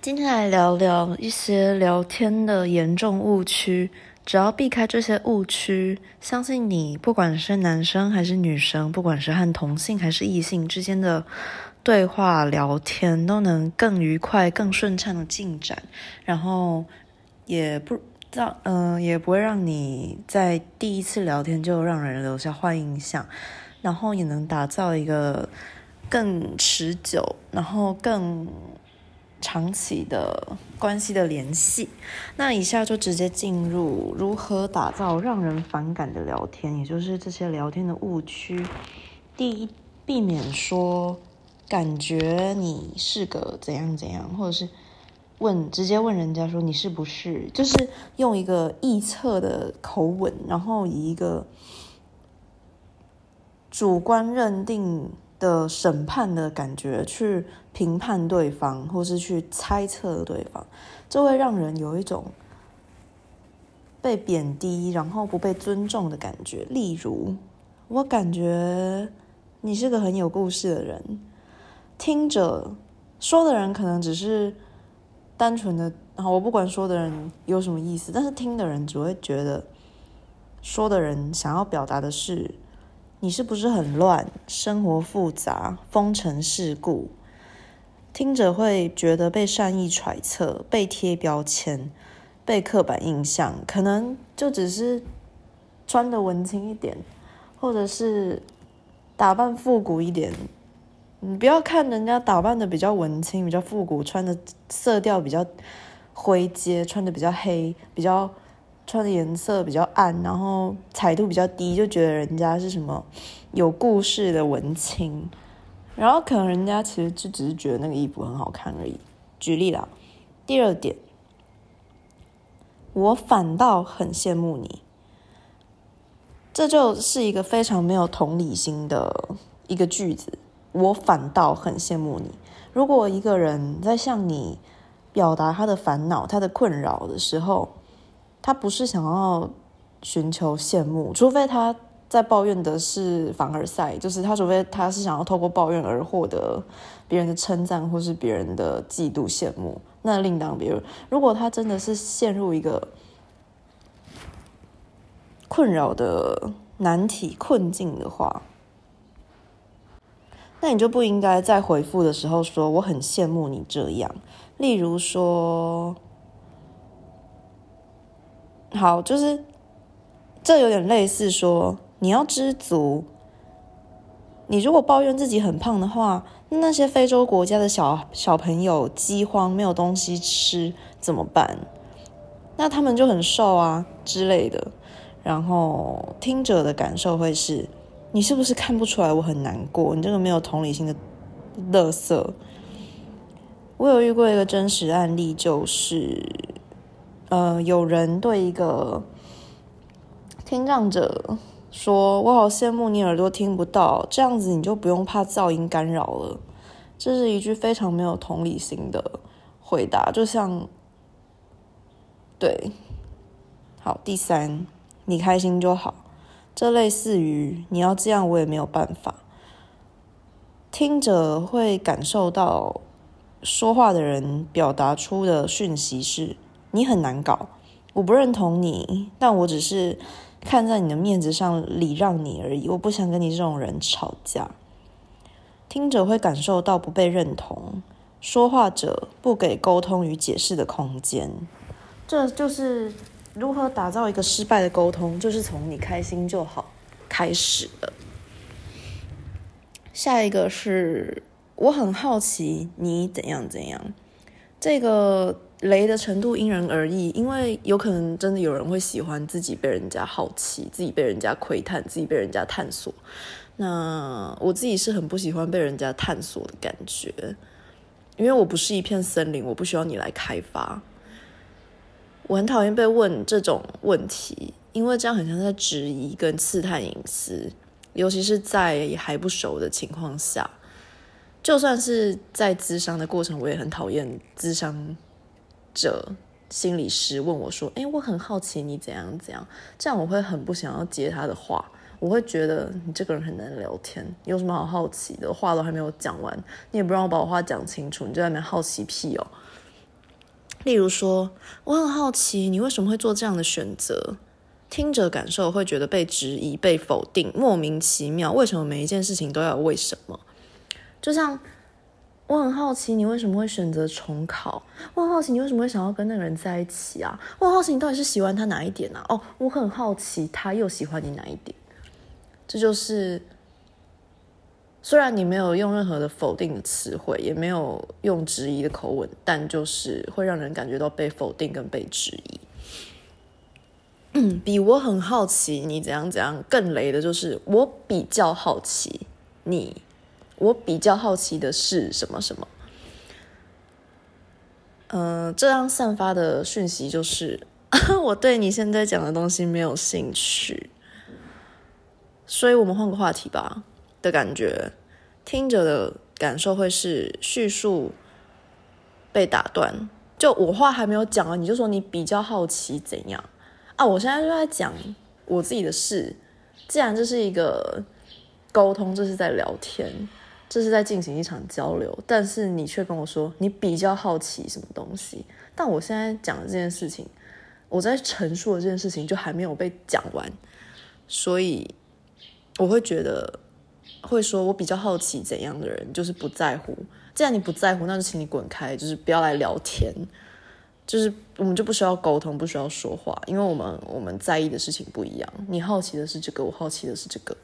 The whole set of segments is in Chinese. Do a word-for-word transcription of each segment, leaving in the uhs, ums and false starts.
今天来聊聊一些聊天的严重误区，只要避开这些误区，相信你不管是男生还是女生，不管是和同性还是异性之间的对话聊天，都能更愉快更顺畅的进展，然后也不让嗯、呃、也不会让你在第一次聊天就让人留下坏印象，然后也能打造一个更持久然后更长期的关系的联系。那以下就直接进入如何打造让人反感的聊天，也就是这些聊天的误区。第一，避免说感觉你是个怎样怎样，或者是问直接问人家说你是不是，就是用一个臆测的口吻，然后以一个主观认定的审判的感觉去评判对方，或是去猜测对方，这会让人有一种被贬低然后不被尊重的感觉。例如，我感觉你是个很有故事的人，听着说的人可能只是单纯的，我不管说的人有什么意思，但是听的人只会觉得说的人想要表达的是你是不是很乱，生活复杂，风尘世故，听着会觉得被善意揣测，被贴标签，被刻板印象，可能就只是穿得文青一点，或者是打扮复古一点。你不要看人家打扮的比较文青比较复古，穿的色调比较灰阶，穿的比较黑，比较穿的颜色比较暗，然后彩度比较低，就觉得人家是什么有故事的文青，然后可能人家其实就只是觉得那个衣服很好看而已。举例啦，第二点，我反倒很羡慕你，这就是一个非常没有同理心的一个句子。我反倒很羡慕你。如果一个人在向你表达他的烦恼他的困扰的时候，他不是想要寻求羡慕，除非他在抱怨的是凡尔赛，就是他除非他是想要透过抱怨而获得别人的称赞或是别人的嫉妒羡慕，那另当别论。如果他真的是陷入一个困扰的难题困境的话，那你就不应该在回复的时候说我很羡慕你这样。例如说，好，就是这有点类似说你要知足，你如果抱怨自己很胖的话，那些非洲国家的小小朋友饥荒没有东西吃怎么办？那他们就很瘦啊之类的。然后听者的感受会是，你是不是看不出来我很难过？你这个没有同理心的垃圾。我有遇过一个真实案例，就是呃，有人对一个听障者说，我好羡慕你耳朵听不到，这样子你就不用怕噪音干扰了。这是一句非常没有同理心的回答，就像对好。第三，你开心就好，这类似于你要这样我也没有办法。听者会感受到说话的人表达出的讯息是你很难搞，我不认同你，但我只是看在你的面子上礼让你而已，我不想跟你这种人吵架。听者会感受到不被认同，说话者不给沟通与解释的空间。这就是如何打造一个失败的沟通，就是从你开心就好开始的。下一个是我很好奇你怎样怎样，这个雷的程度因人而异，因为有可能真的有人会喜欢自己被人家好奇，自己被人家窥探，自己被人家探索。那我自己是很不喜欢被人家探索的感觉，因为我不是一片森林，我不需要你来开发。我很讨厌被问这种问题，因为这样很像在质疑跟刺探隐私，尤其是在还不熟的情况下。就算是在咨商的过程，我也很讨厌咨商者心理师问我说，诶，我很好奇你怎样怎样，这样我会很不想要接他的话，我会觉得你这个人很难聊天，你有什么好好奇的，话都还没有讲完，你也不让我把我话讲清楚，你就在那边好奇屁哦。 例如说，我很好奇你为什么会做这样的选择，听着感受会觉得被质疑、被否定，莫名其妙，为什么每一件事情都要有为什么？就像我很好奇你为什么会选择重考，我很好奇你为什么会想要跟那个人在一起啊，我很好奇你到底是喜欢他哪一点啊？哦，我很好奇他又喜欢你哪一点。这就是虽然你没有用任何的否定的词汇，也没有用质疑的口吻，但就是会让人感觉到被否定跟被质疑。嗯，比我很好奇你怎样怎样更雷的就是我比较好奇你，我比较好奇的是什么什么。嗯、呃，这样散发的讯息就是我对你现在讲的东西没有兴趣，所以我们换个话题吧的感觉。听着的感受会是叙述被打断，就我话还没有讲完，你就说你比较好奇怎样啊？我现在就在讲我自己的事，既然这是一个沟通，这是在聊天，这是在进行一场交流，但是你却跟我说你比较好奇什么东西，但我现在讲的这件事情，我在陈述的这件事情就还没有被讲完，所以我会觉得会说我比较好奇怎样的人就是不在乎，既然你不在乎，那就请你滚开，就是不要来聊天，就是我们就不需要沟通，不需要说话，因为我们我们在意的事情不一样，你好奇的是这个，我好奇的是这个。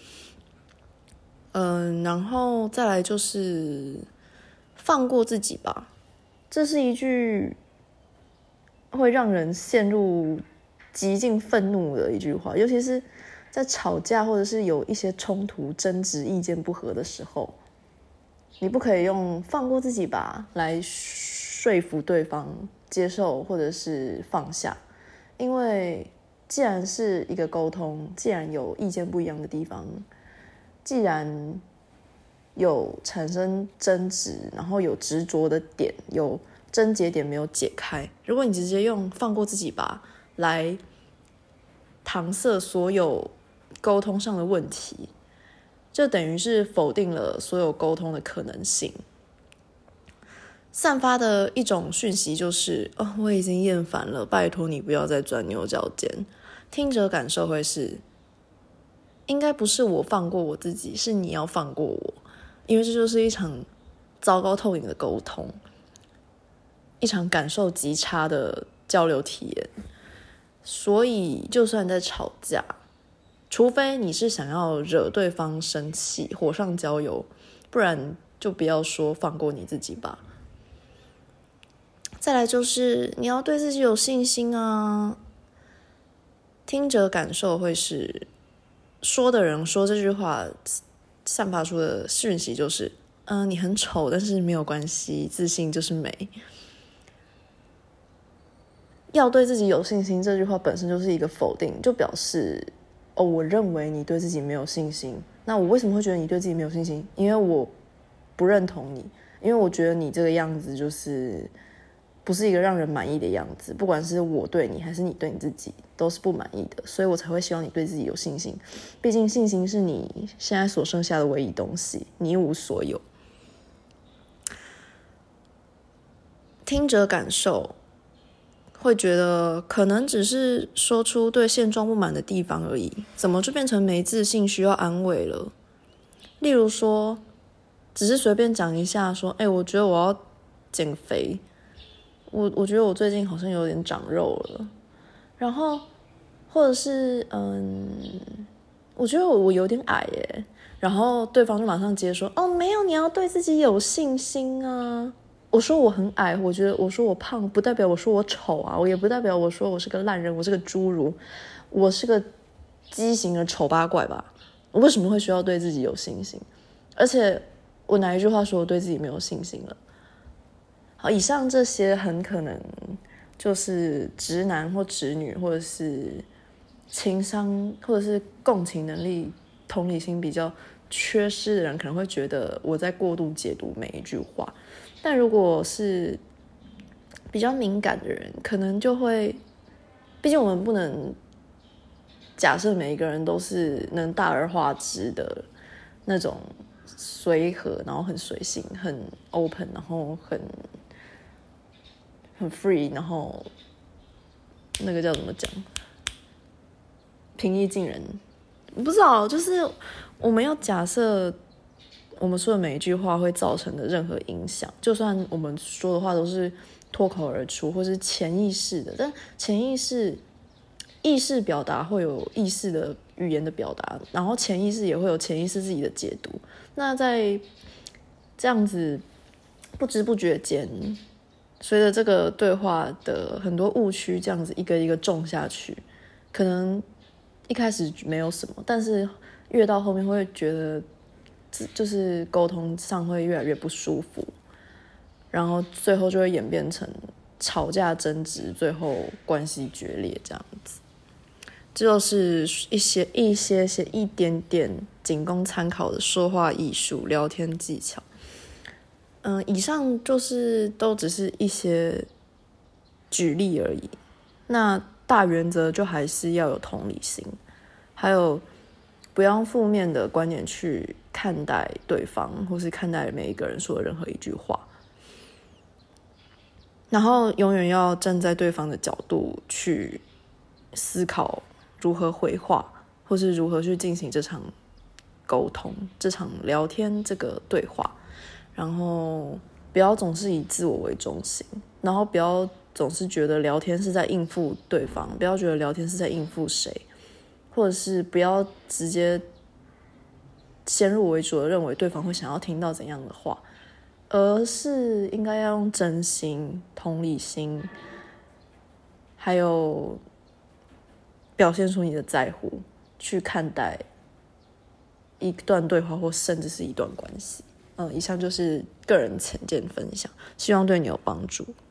嗯，然后再来就是放过自己吧，这是一句会让人陷入极尽愤怒的一句话，尤其是在吵架或者是有一些冲突、争执、意见不合的时候，你不可以用放过自己吧来说服对方接受或者是放下，因为既然是一个沟通，既然有意见不一样的地方，既然有产生争执，然后有执着的点，有症结点没有解开，如果你直接用放过自己吧来搪塞所有沟通上的问题，就等于是否定了所有沟通的可能性。散发的一种讯息就是哦，我已经厌烦了，拜托你不要再钻牛角尖。听着感受会是应该不是我放过我自己，是你要放过我，因为这就是一场糟糕透顶的沟通，一场感受极差的交流体验。所以就算在吵架，除非你是想要惹对方生气，火上浇油，不然就不要说放过你自己吧。再来就是你要对自己有信心啊，听着感受会是说的人说这句话散发出的讯息就是嗯、呃，你很丑但是没有关系，自信就是美。要对自己有信心这句话本身就是一个否定，就表示哦，我认为你对自己没有信心。那我为什么会觉得你对自己没有信心？因为我不认同你，因为我觉得你这个样子就是不是一个让人满意的样子，不管是我对你还是你对你自己都是不满意的，所以我才会希望你对自己有信心。毕竟信心是你现在所剩下的唯一东西，你一无所有。听着感受会觉得可能只是说出对现状不满的地方而已，怎么就变成没自信需要安慰了？例如说只是随便讲一下说哎、欸，我觉得我要减肥，我我觉得我最近好像有点长肉了，然后或者是嗯，我觉得我我有点矮耶，然后对方就马上接说哦没有，你要对自己有信心啊。我说我很矮，我觉得我说我胖不代表我说我丑啊，我也不代表我说我是个烂人，我是个侏儒，我是个畸形的丑八怪吧，我为什么会需要对自己有信心？而且我哪一句话说我对自己没有信心了？好，以上这些很可能就是直男或直女或者是情商或者是共情能力同理心比较缺失的人可能会觉得我在过度解读每一句话，但如果是比较敏感的人可能就会，毕竟我们不能假设每一个人都是能大而化之的那种随和，然后很随性很 open， 然后很很 free， 然后那个叫怎么讲，平易近人。不知道，就是我们要假设我们说的每一句话会造成的任何影响，就算我们说的话都是脱口而出或是潜意识的，但潜意识意识表达会有意识的语言的表达，然后潜意识也会有潜意识自己的解读。那在这样子不知不觉间，随着这个对话的很多误区这样子一个一个种下去，可能一开始没有什么，但是越到后面会觉得就是沟通上会越来越不舒服，然后最后就会演变成吵架争执，最后关系决裂这样子。这就是一些一些些一点点仅供参考的说话艺术、聊天技巧。嗯，以上就是都只是一些举例而已。那大原则就还是要有同理心，还有不要用负面的观点去看待对方，或是看待每一个人说的任何一句话。然后永远要站在对方的角度去思考如何回话，或是如何去进行这场沟通、这场聊天、这个对话。然后不要总是以自我为中心，然后不要总是觉得聊天是在应付对方，不要觉得聊天是在应付谁，或者是不要直接先入为主的认为对方会想要听到怎样的话，而是应该要用真心、同理心，还有表现出你的在乎去看待一段对话，或甚至是一段关系。嗯，以上就是个人浅见分享，希望对你有帮助。